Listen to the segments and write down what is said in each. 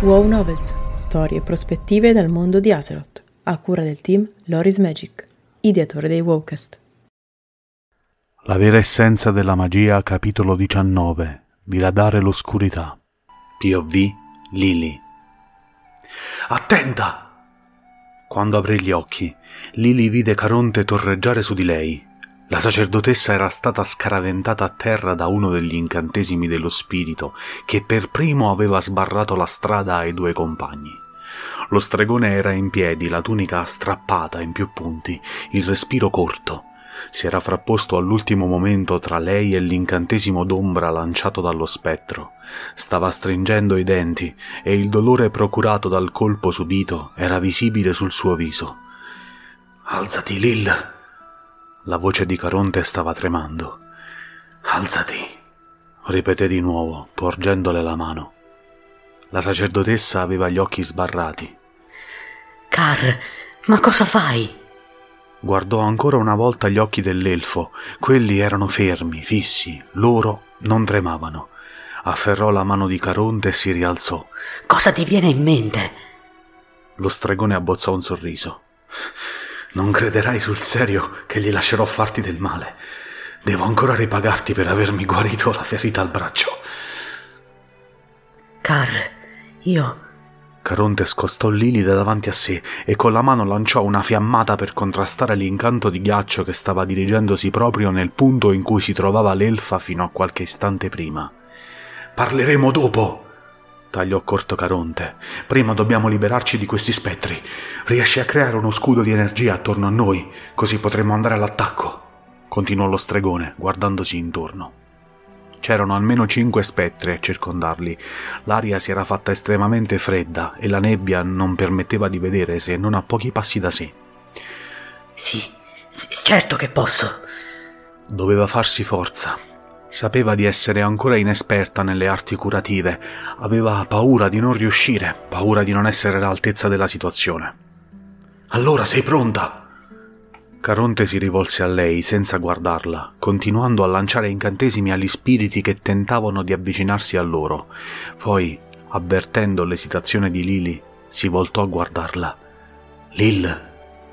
WoW Novels, storie e prospettive dal mondo di Azeroth, a cura del team Loris Magic, ideatore dei WoWcast. La vera essenza della magia, capitolo 19, diradare l'oscurità. POV Lily. Attenta! Quando aprì gli occhi, Lily vide Caronte torreggiare su di lei. La sacerdotessa era stata scaraventata a terra da uno degli incantesimi dello spirito che per primo aveva sbarrato la strada ai due compagni. Lo stregone era in piedi, la tunica strappata in più punti, il respiro corto. Si era frapposto all'ultimo momento tra lei e l'incantesimo d'ombra lanciato dallo spettro. Stava stringendo i denti e il dolore procurato dal colpo subito era visibile sul suo viso. «Alzati, Lil!» La voce di Caronte stava tremando. «Alzati!» ripeté di nuovo, porgendole la mano. La sacerdotessa aveva gli occhi sbarrati. «Car, ma cosa fai?» Guardò ancora una volta gli occhi dell'elfo. Quelli erano fermi, fissi. Loro non tremavano. Afferrò la mano di Caronte e si rialzò. «Cosa ti viene in mente?» Lo stregone abbozzò un sorriso. «Non crederai sul serio che gli lascerò farti del male. Devo ancora ripagarti per avermi guarito la ferita al braccio». «Car, io...» Caronte scostò Lily da davanti a sé e con la mano lanciò una fiammata per contrastare l'incanto di ghiaccio che stava dirigendosi proprio nel punto in cui si trovava l'elfa fino a qualche istante prima. «Parleremo dopo!» tagliò corto Caronte. «Prima dobbiamo liberarci di questi spettri. Riesci a creare uno scudo di energia attorno a noi, così potremo andare all'attacco», continuò lo stregone, guardandosi intorno. C'erano almeno 5 spettri a circondarli. L'aria si era fatta estremamente fredda e la nebbia non permetteva di vedere se non a pochi passi da sé. Sì, certo che posso. Doveva farsi forza. Sapeva di essere ancora inesperta nelle arti curative. Aveva paura di non riuscire, paura di non essere all'altezza della situazione. «Allora sei pronta?» Caronte si rivolse a lei senza guardarla, continuando a lanciare incantesimi agli spiriti che tentavano di avvicinarsi a loro. Poi, avvertendo l'esitazione di Lily, si voltò a guardarla. «Lil!»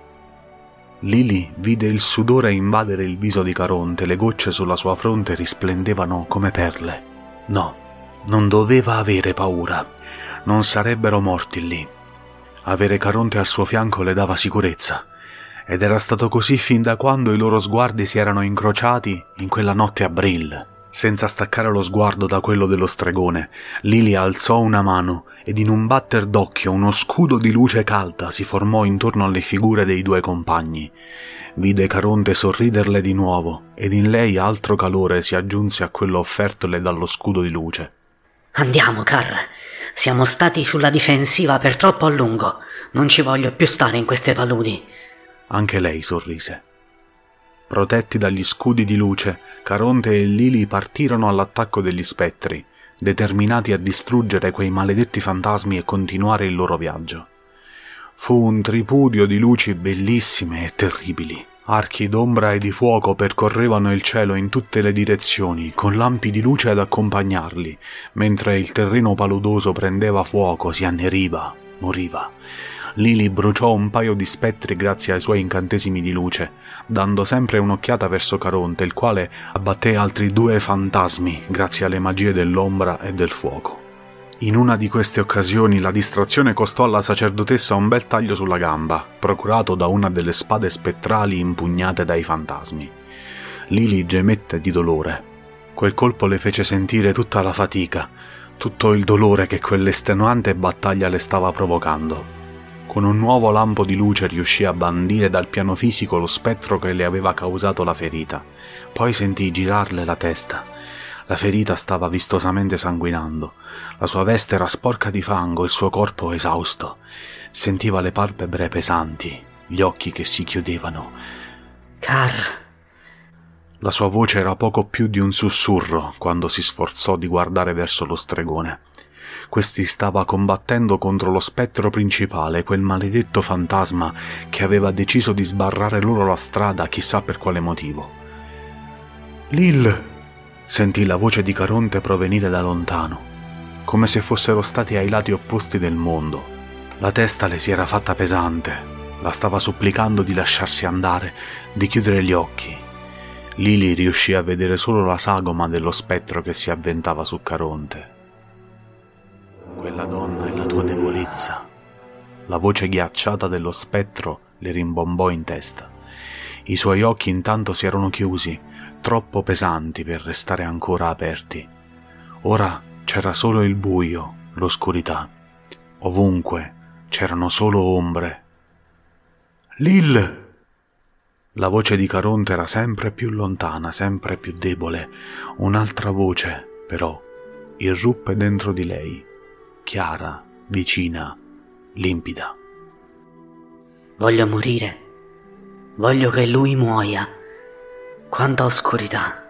Lily vide il sudore invadere il viso di Caronte, le gocce sulla sua fronte risplendevano come perle. No, non doveva avere paura. Non sarebbero morti lì. Avere Caronte al suo fianco le dava sicurezza. Ed era stato così fin da quando i loro sguardi si erano incrociati in quella notte a Brill. Senza staccare lo sguardo da quello dello stregone, Lily alzò una mano ed in un batter d'occhio uno scudo di luce calda si formò intorno alle figure dei due compagni. Vide Caronte sorriderle di nuovo ed in lei altro calore si aggiunse a quello offertole dallo scudo di luce. «Andiamo, Car. Siamo stati sulla difensiva per troppo a lungo. Non ci voglio più stare in queste paludi». Anche lei sorrise. Protetti dagli scudi di luce, Caronte e Lily partirono all'attacco degli spettri, determinati a distruggere quei maledetti fantasmi e continuare il loro viaggio. Fu un tripudio di luci bellissime e terribili. Archi d'ombra e di fuoco percorrevano il cielo in tutte le direzioni, con lampi di luce ad accompagnarli, mentre il terreno paludoso prendeva fuoco, si anneriva, moriva. Lily bruciò un paio di spettri grazie ai suoi incantesimi di luce, dando sempre un'occhiata verso Caronte, il quale abbatté altri 2 fantasmi grazie alle magie dell'ombra e del fuoco. In una di queste occasioni la distrazione costò alla sacerdotessa un bel taglio sulla gamba, procurato da una delle spade spettrali impugnate dai fantasmi. Lily gemette di dolore. Quel colpo le fece sentire tutta la fatica, tutto il dolore che quell'estenuante battaglia le stava provocando. Con un nuovo lampo di luce riuscì a bandire dal piano fisico lo spettro che le aveva causato la ferita. Poi sentì girarle la testa. La ferita stava vistosamente sanguinando. La sua veste era sporca di fango, il suo corpo esausto. Sentiva le palpebre pesanti, gli occhi che si chiudevano. «Car...» La sua voce era poco più di un sussurro quando si sforzò di guardare verso lo stregone. Questi stava combattendo contro lo spettro principale, quel maledetto fantasma che aveva deciso di sbarrare loro la strada chissà per quale motivo. «Lil!» sentì la voce di Caronte provenire da lontano. come se fossero stati ai lati opposti del mondo. La testa le si era fatta pesante, la stava supplicando di lasciarsi andare, di chiudere gli occhi. Lily riuscì a vedere solo la sagoma dello spettro che si avventava su Caronte. Quella donna è la tua debolezza. La voce ghiacciata dello spettro le rimbombò in testa. I suoi occhi intanto si erano chiusi, troppo pesanti per restare ancora aperti. Ora c'era solo il buio, l'oscurità. Ovunque c'erano solo ombre. Lil! La voce di Caronte era sempre più lontana, sempre più debole. Un'altra voce, però, irruppe dentro di lei, chiara, vicina, limpida. Voglio morire. Voglio che lui muoia. Quanta oscurità.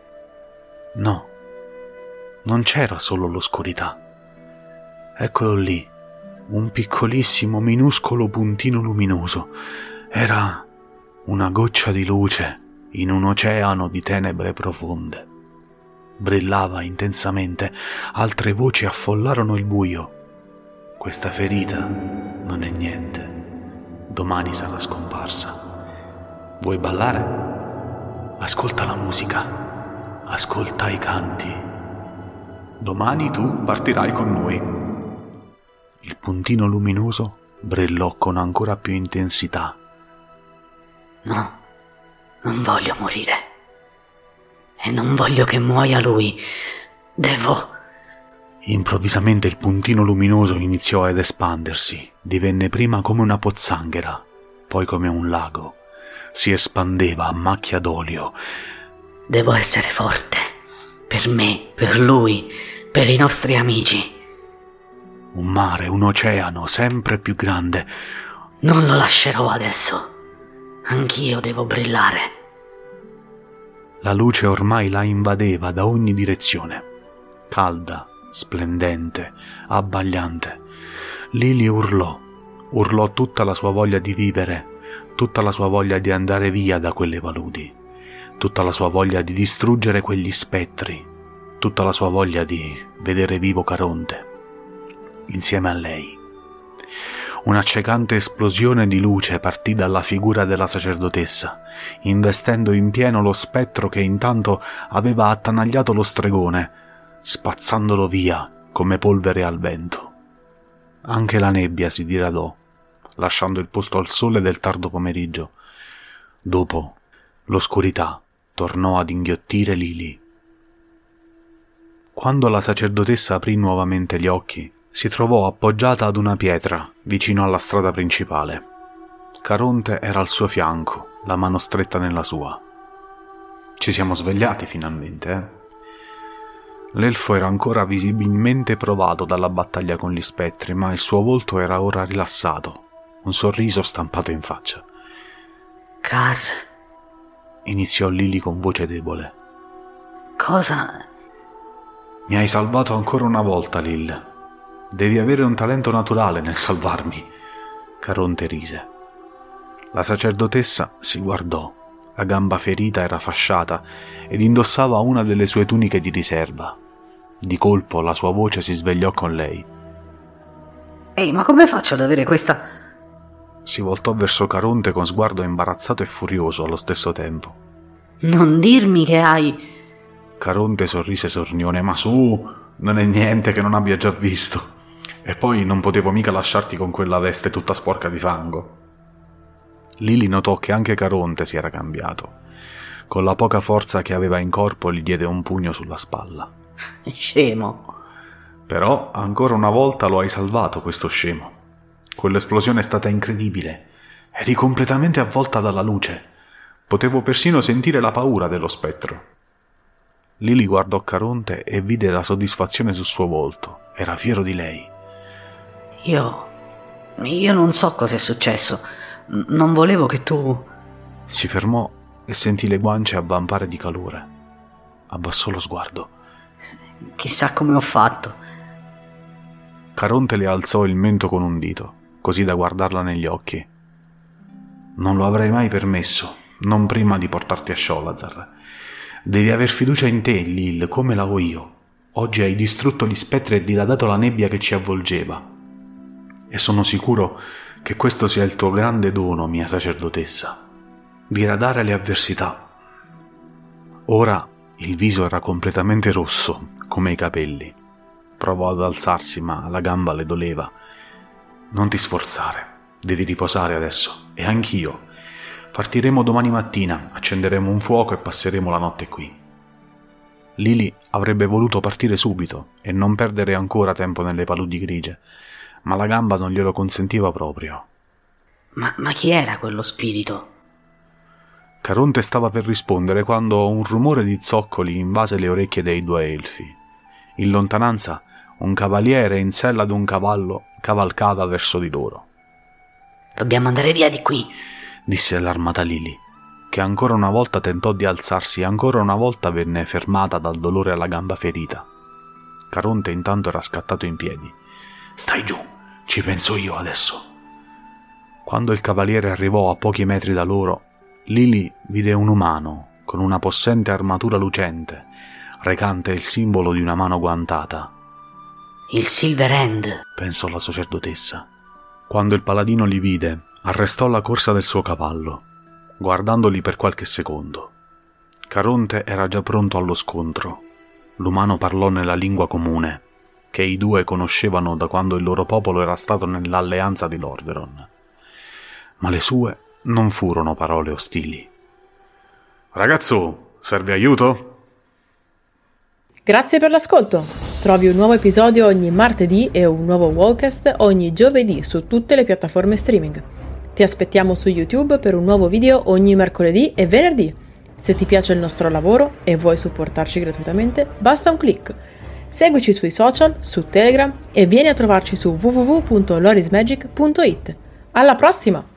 No, non c'era solo l'oscurità. Eccolo lì, un piccolissimo, minuscolo puntino luminoso. Era una goccia di luce in un oceano di tenebre profonde. Brillava intensamente, altre voci affollarono il buio. Questa ferita non è niente. Domani sarà scomparsa. Vuoi ballare? Ascolta la musica, ascolta i canti. Domani tu partirai con noi. Il puntino luminoso brillò con ancora più intensità. No, non voglio morire. E non voglio che muoia lui. Devo... Improvvisamente il puntino luminoso iniziò ad espandersi. Divenne prima come una pozzanghera, poi come un lago. Si espandeva a macchia d'olio. Devo essere forte. Per me, per lui, per i nostri amici. Un mare, un oceano sempre più grande. Non lo lascerò adesso. Anch'io devo brillare. La luce ormai la invadeva da ogni direzione. Calda, splendente, abbagliante. Lily urlò tutta la sua voglia di vivere, tutta la sua voglia di andare via da quelle paludi, tutta la sua voglia di distruggere quegli spettri, tutta la sua voglia di vedere vivo Caronte, insieme a lei. Un'accecante esplosione di luce partì dalla figura della sacerdotessa, investendo in pieno lo spettro che intanto aveva attanagliato lo stregone, spazzandolo via come polvere al vento. Anche la nebbia si diradò, lasciando il posto al sole del tardo pomeriggio. Dopo, l'oscurità tornò ad inghiottire Lily. Quando la sacerdotessa aprì nuovamente gli occhi, si trovò appoggiata ad una pietra vicino alla strada principale. Caronte era al suo fianco, la mano stretta nella sua. Ci siamo svegliati finalmente, eh? L'elfo era ancora visibilmente provato dalla battaglia con gli spettri, ma il suo volto era ora rilassato, un sorriso stampato in faccia. Car... iniziò Lily con voce debole. Cosa... Mi hai salvato ancora una volta, Lil. Devi avere un talento naturale nel salvarmi. Caronte rise. La sacerdotessa si guardò. La gamba ferita era fasciata ed indossava una delle sue tuniche di riserva. Di colpo la sua voce si svegliò con lei. Ehi, ma come faccio ad avere questa... Si voltò verso Caronte con sguardo imbarazzato e furioso allo stesso tempo. Non dirmi che hai... Caronte sorrise sornione. Ma su, non è niente che non abbia già visto. E poi non potevo mica lasciarti con quella veste tutta sporca di fango. Lily notò che anche Caronte si era cambiato. Con la poca forza che aveva in corpo gli diede un pugno sulla spalla. Scemo. Però ancora una volta lo hai salvato, questo scemo. Quell'esplosione è stata incredibile. Eri completamente avvolta dalla luce. Potevo persino sentire la paura dello spettro. Lily guardò Caronte e vide la soddisfazione sul suo volto. Era fiero di lei. Io non so cosa è successo. Non volevo che tu... Si fermò e sentì le guance avvampare di calore. Abbassò lo sguardo. Chissà come ho fatto. Caronte le alzò il mento con un dito, così da guardarla negli occhi. Non lo avrei mai permesso, non prima di portarti a Sholazar. Devi aver fiducia in te, Lil, come la ho io. Oggi hai distrutto gli spettri e diladato la nebbia che ci avvolgeva. E sono sicuro che questo sia il tuo grande dono, mia sacerdotessa, diradare le avversità. Ora il viso era completamente rosso, come i capelli. Provò ad alzarsi, ma la gamba le doleva. Non ti sforzare, devi riposare adesso, e anch'io. Partiremo domani mattina, accenderemo un fuoco e passeremo la notte qui. Lily avrebbe voluto partire subito e non perdere ancora tempo nelle paludi grigie, ma la gamba non glielo consentiva proprio. Ma chi era quello spirito? Caronte stava per rispondere quando un rumore di zoccoli invase le orecchie dei due elfi. In lontananza un cavaliere in sella ad un cavallo cavalcava verso di loro. Dobbiamo andare via di qui, disse allarmata Lily, che ancora una volta tentò di alzarsi e ancora una volta venne fermata dal dolore alla gamba ferita. Caronte intanto era scattato in piedi. Stai giù, ci penso io adesso. Quando il cavaliere arrivò a pochi metri da loro, Lily vide un umano con una possente armatura lucente, recante il simbolo di una mano guantata. Il Silver Hand, pensò la sacerdotessa. Quando il paladino li vide, arrestò la corsa del suo cavallo, guardandoli per qualche secondo. Caronte era già pronto allo scontro. L'umano parlò nella lingua comune, che i due conoscevano da quando il loro popolo era stato nell'alleanza di Lordaeron. Ma le sue non furono parole ostili. Ragazzo, serve aiuto? Grazie per l'ascolto! Trovi un nuovo episodio ogni martedì e un nuovo Wowcast ogni giovedì su tutte le piattaforme streaming. Ti aspettiamo su YouTube per un nuovo video ogni mercoledì e venerdì. Se ti piace il nostro lavoro e vuoi supportarci gratuitamente, basta un click. Seguici sui social, su Telegram e vieni a trovarci su www.lorismagic.it. Alla prossima!